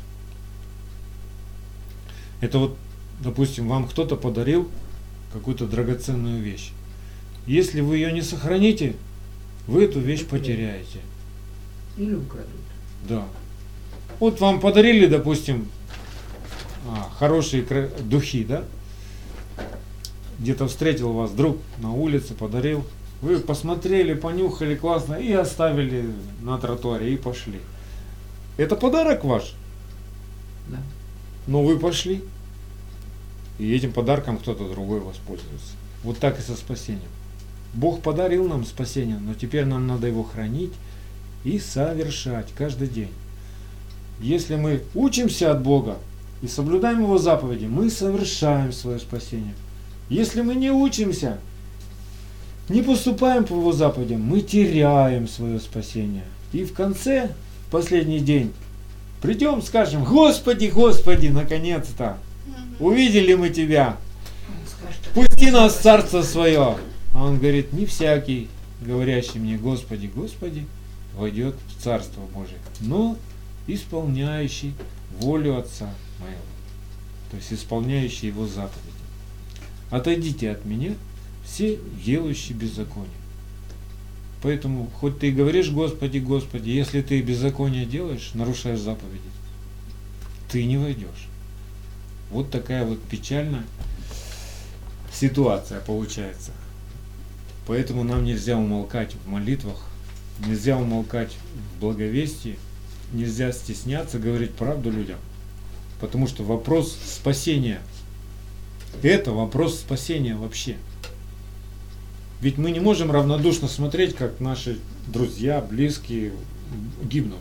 Это вот, допустим, вам кто-то подарил какую-то драгоценную вещь. Если вы ее не сохраните, вы эту вещь потеряете. Или украдут. Да. Вот вам подарили, допустим, а, хорошие кра- духи, да? Где-то встретил вас друг на улице, подарил. Вы посмотрели, понюхали классно и оставили на тротуаре и пошли. Это подарок ваш, Да. но вы пошли. И этим подарком кто-то другой воспользуется. Вот так и со спасением. Бог подарил нам спасение, но теперь нам надо его хранить и совершать каждый день. Если мы учимся от Бога и соблюдаем Его заповеди, мы совершаем свое спасение. Если мы не учимся, не поступаем по Его заповедям, мы теряем свое спасение. И в конце, в последний день, придем, скажем, Господи, Господи, наконец-то, увидели мы Тебя, Он скажет, пусти нас в Царство Свое. А Он говорит, не всякий, говорящий мне, Господи, Господи, войдет в Царство Божие, но исполняющий волю Отца моего, то есть исполняющий Его заповеди. Отойдите от меня, все делающие беззаконие. Поэтому, хоть ты и говоришь Господи, Господи, если ты беззаконие делаешь, нарушаешь заповеди, ты не войдешь. Вот такая вот печальная ситуация получается. Поэтому нам нельзя умолкать в молитвах, нельзя умолкать в благовестии, нельзя стесняться говорить правду людям. Потому что вопрос спасения, это вопрос спасения вообще. Ведь мы не можем равнодушно смотреть, как наши друзья, близкие гибнут.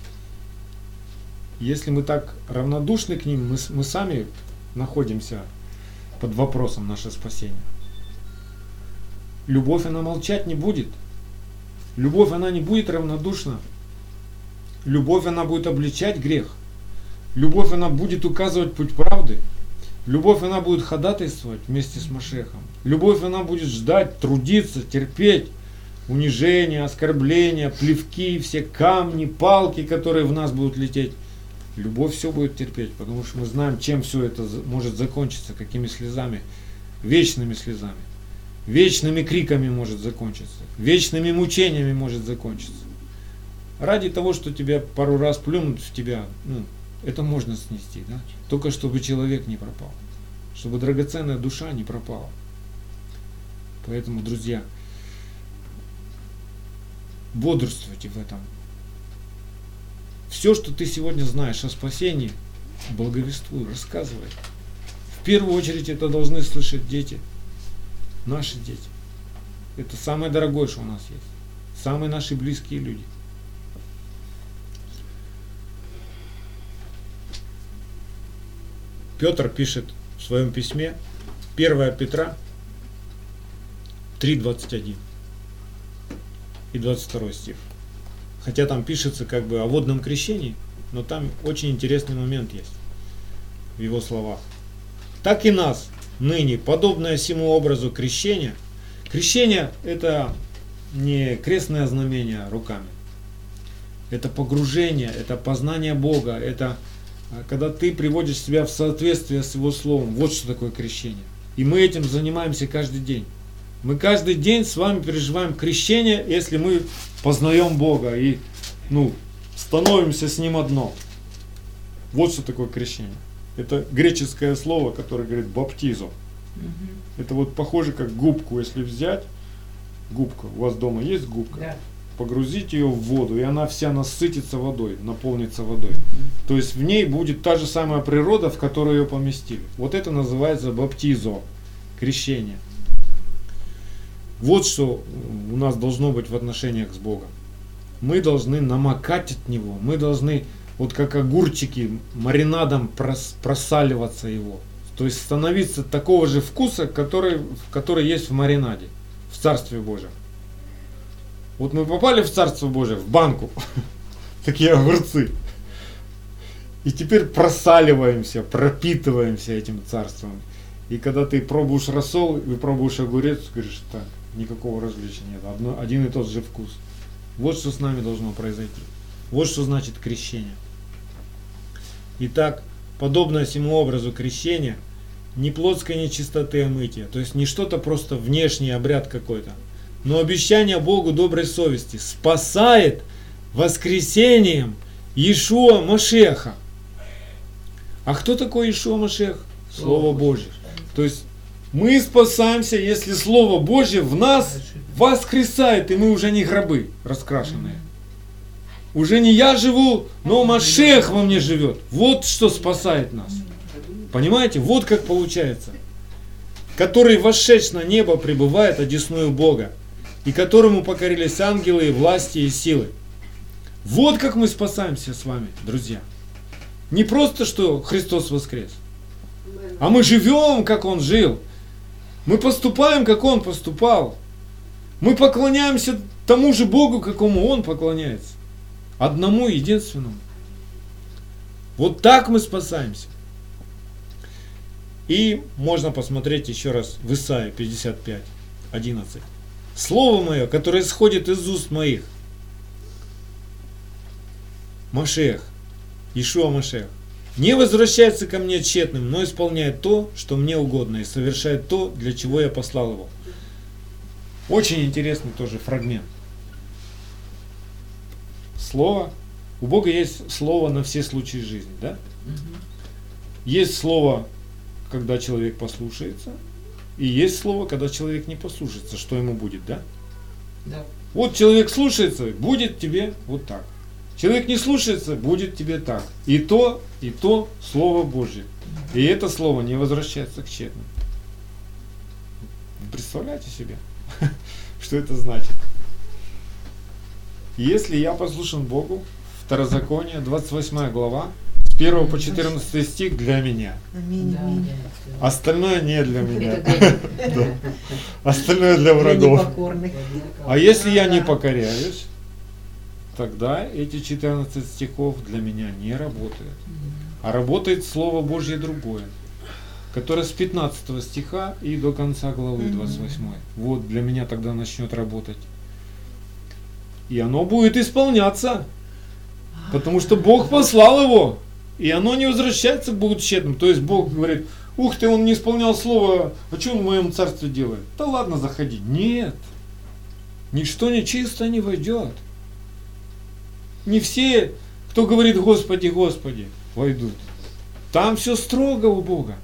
Если мы так равнодушны к ним, мы, мы сами находимся под вопросом наше спасение. Любовь, она молчать не будет. Любовь, она не будет равнодушна. Любовь, она будет обличать грех. Любовь, она будет указывать путь правды. Любовь, она будет ходатайствовать вместе с Машехом. Любовь, она будет ждать, трудиться, терпеть унижения, оскорбления, плевки, все камни, палки, которые в нас будут лететь. Любовь все будет терпеть, потому что мы знаем, чем все это может закончиться, какими слезами, вечными слезами, вечными криками может закончиться, вечными мучениями может закончиться. Ради того, что тебя пару раз плюнут в тебя, ну, это можно снести, да? Только чтобы человек не пропал, чтобы драгоценная душа не пропала. Поэтому, друзья, бодрствуйте в этом. Все, что ты сегодня знаешь о спасении, благовествуй, рассказывай. В первую очередь это должны слышать дети, наши дети. Это самое дорогое, что у нас есть. Самые наши близкие люди. Петр пишет в своем письме, первое Петра три двадцать один и двадцать второй стих. Хотя там пишется как бы о водном крещении, но там очень интересный момент есть в его словах. Так и нас ныне, подобное сему образу крещения. Крещение — это не крестное знамение руками. Это погружение, это познание Бога, это когда ты приводишь себя в соответствие с Его Словом. Вот что такое крещение. И мы этим занимаемся каждый день. Мы каждый день с вами переживаем крещение, если мы познаем Бога и ну, становимся с Ним одно. Вот что такое крещение. Это греческое слово, которое говорит баптизо. Угу. Это вот похоже как губку, если взять. Губка. У вас дома есть губка? Да. Погрузить ее в воду, и она вся насытится водой, наполнится водой. То есть в ней будет та же самая природа, в которую ее поместили. Вот это называется баптизо, крещение. Вот что у нас должно быть в отношениях с Богом. Мы должны намокать от Него, мы должны, вот как огурчики, маринадом прос, просаливаться Его. То есть становиться такого же вкуса, который, который есть в маринаде, в Царстве Божьем. Вот мы попали в Царство Божие, в банку, такие огурцы. И теперь просаливаемся, пропитываемся этим царством. И когда ты пробуешь рассол и пробуешь огурец, говоришь, так, никакого различия нет, одно, один и тот же вкус. Вот что с нами должно произойти. Вот что значит крещение. Итак, подобное всему образу крещения, не плотской нечистоты омытия, то есть не что-то просто внешний обряд какой-то, но обещание Богу доброй совести спасает воскресением Иешуа Машеха. А кто такой Иешуа Машех? Слово Божье. То есть мы спасаемся, если Слово Божье в нас воскресает, и мы уже не гробы раскрашенные. Уже не я живу, но Машех во мне живет. Вот что спасает нас. Понимаете? Вот как получается. Который вошедший на небо пребывает одесную Бога, и которому покорились ангелы, и власти, и силы. Вот как мы спасаемся с вами, друзья. Не просто, что Христос воскрес, а мы живем, как Он жил. Мы поступаем, как Он поступал. Мы поклоняемся тому же Богу, какому Он поклоняется. Одному единственному. Вот так мы спасаемся. И можно посмотреть еще раз в Исаии пятьдесят пять, одиннадцать. Слово мое, которое исходит из уст моих. Машех, Иешуа Машех, не возвращается ко мне тщетным, но исполняет то, что мне угодно, и совершает то, для чего я послал его. Очень интересный тоже фрагмент. слово. У Бога есть слово на все случаи жизни, да? Мгм. Есть слово, когда человек послушается, и есть слово, когда человек не послушается, что ему будет, да? Да. Вот человек слушается, будет тебе вот так. Человек не слушается, будет тебе так. И то, и то Слово Божье. И это Слово не возвращается к тщетным. Вы представляете себе, что это значит? Если я послушан Богу, Второзаконие, двадцать восьмая глава, с первого по четырнадцатый стих для меня. Аминь, Да, аминь. да. Остальное не для меня. Это Да. Остальное для Для врагов. непокорных. А если я не покоряюсь, тогда эти четырнадцать стихов для меня не работают. А работает Слово Божье другое, которое с пятнадцатого стиха и до конца главы двадцать восьмой. Вот для меня тогда начнет работать. И оно будет исполняться, потому что Бог послал его, и оно не возвращается к Богу тщетным. То есть Бог говорит: ух ты, он не исполнял слово, а что он в моем царстве делает? Да ладно, заходи. Нет, ничто нечисто не войдет. Не все, кто говорит Господи, Господи, войдут. Там все строго у Бога.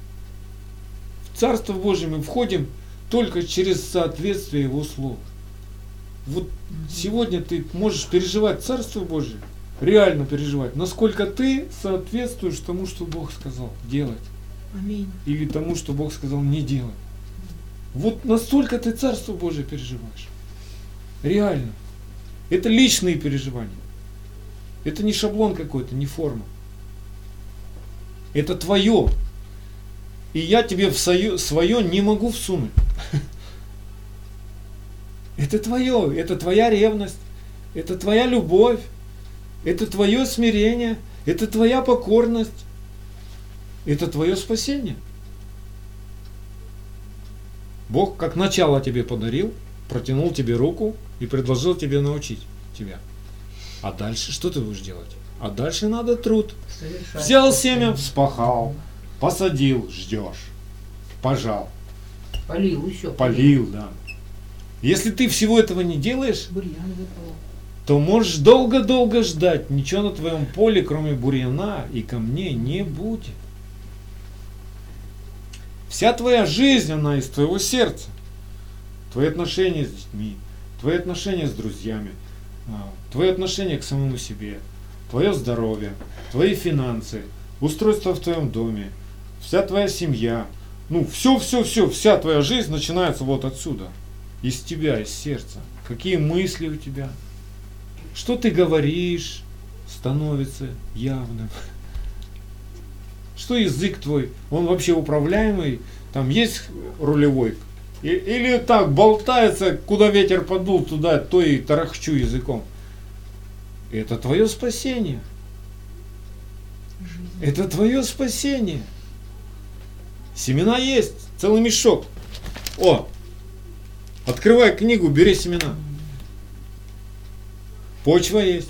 В Царство Божие мы входим только через соответствие Его Слова. Вот сегодня ты можешь переживать Царство Божие, реально переживать, насколько ты соответствуешь тому, что Бог сказал делать, Аминь. или тому, что Бог сказал не делать. Вот настолько ты Царство Божие переживаешь. Реально. Это личные переживания. Это не шаблон какой-то, не форма. Это твое. И я тебе в свое не могу всунуть. Это твое, это твоя ревность, это твоя любовь, это твое смирение, это твоя покорность, это твое спасение. Бог как начало тебе подарил, протянул тебе руку и предложил тебе научить тебя. А дальше что ты будешь делать? А дальше надо труд. Совершать. Взял семя, вспахал, посадил, ждешь, пожал, Полил еще. полил, да. Если ты всего этого не делаешь, Бурьян выпало. то можешь долго-долго ждать. Ничего на твоем поле, кроме бурьяна и камней, не будет. Вся твоя жизнь, она из твоего сердца. Твои отношения с детьми, твои отношения с друзьями, а, твои отношения к самому себе, твое здоровье, твои финансы, устройство в твоем доме, вся твоя семья. Ну, все-все-все, вся твоя жизнь начинается вот отсюда. Из тебя, из сердца. Какие мысли у тебя? Что ты говоришь, становится явным. Что язык твой, он вообще управляемый? Там есть рулевой? И- Или так болтается, куда ветер подул, туда, то и тарахчу языком. Это твое спасение. Жизнь. Это твое спасение. Семена есть, целый мешок. О, открывай книгу, бери семена. Почва есть.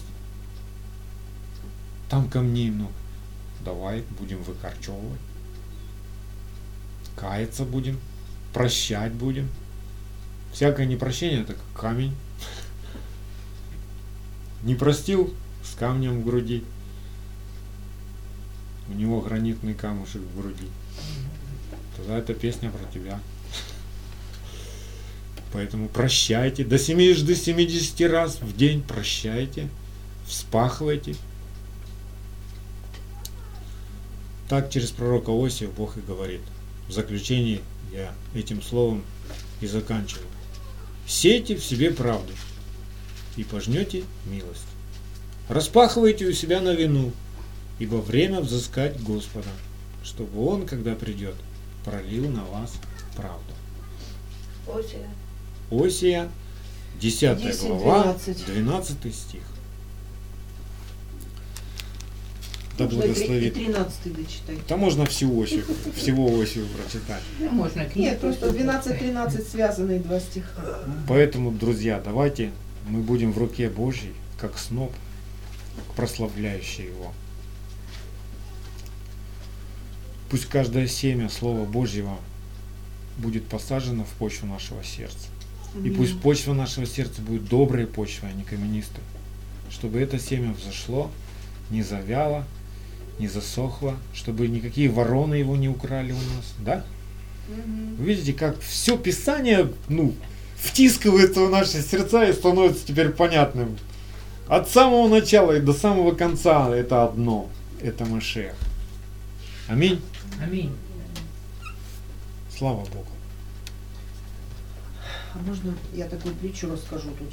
Там камней много. Давай будем выкорчевывать. Каяться будем. Прощать будем. Всякое непрощение — это как камень. Не простил — с камнем в груди. У него гранитный камушек в груди. Тогда это песня про тебя. Поэтому прощайте. До семидесяти, до семидесяти раз в день прощайте. Вспахивайте. Так через пророка Осия Бог и говорит. В заключении я этим словом и заканчиваю. Сейте в себе правду, и пожнете милость. Распахивайте у себя на вину, ибо время взыскать Господа, чтобы Он, когда придет, пролил на вас правду. Осия. Осия, десятая десять, глава, двенадцать. двенадцатый стих. Да Можно и три- и благословит. тринадцатый дочитай. Да можно всю Осию, всего Осию прочитать. Да, можно книгу. Нет, просто двенадцать-тринадцать связанные два стиха. Поэтому, друзья, давайте мы будем в руке Божьей, как сноп, прославляющий Его. Пусть каждое семя Слова Божьего будет посажено в почву нашего сердца. И пусть почва нашего сердца будет доброй почвой, а не каменистой. чтобы это семя взошло, не завяло, не засохло, чтобы никакие вороны его не украли у нас, да? Вы видите, как все Писание, ну, втискивается в наши сердца и становится теперь понятным. От самого начала и до самого конца это одно, это Машиах. Аминь. Аминь. Слава Богу. А можно я такую притчу расскажу тут?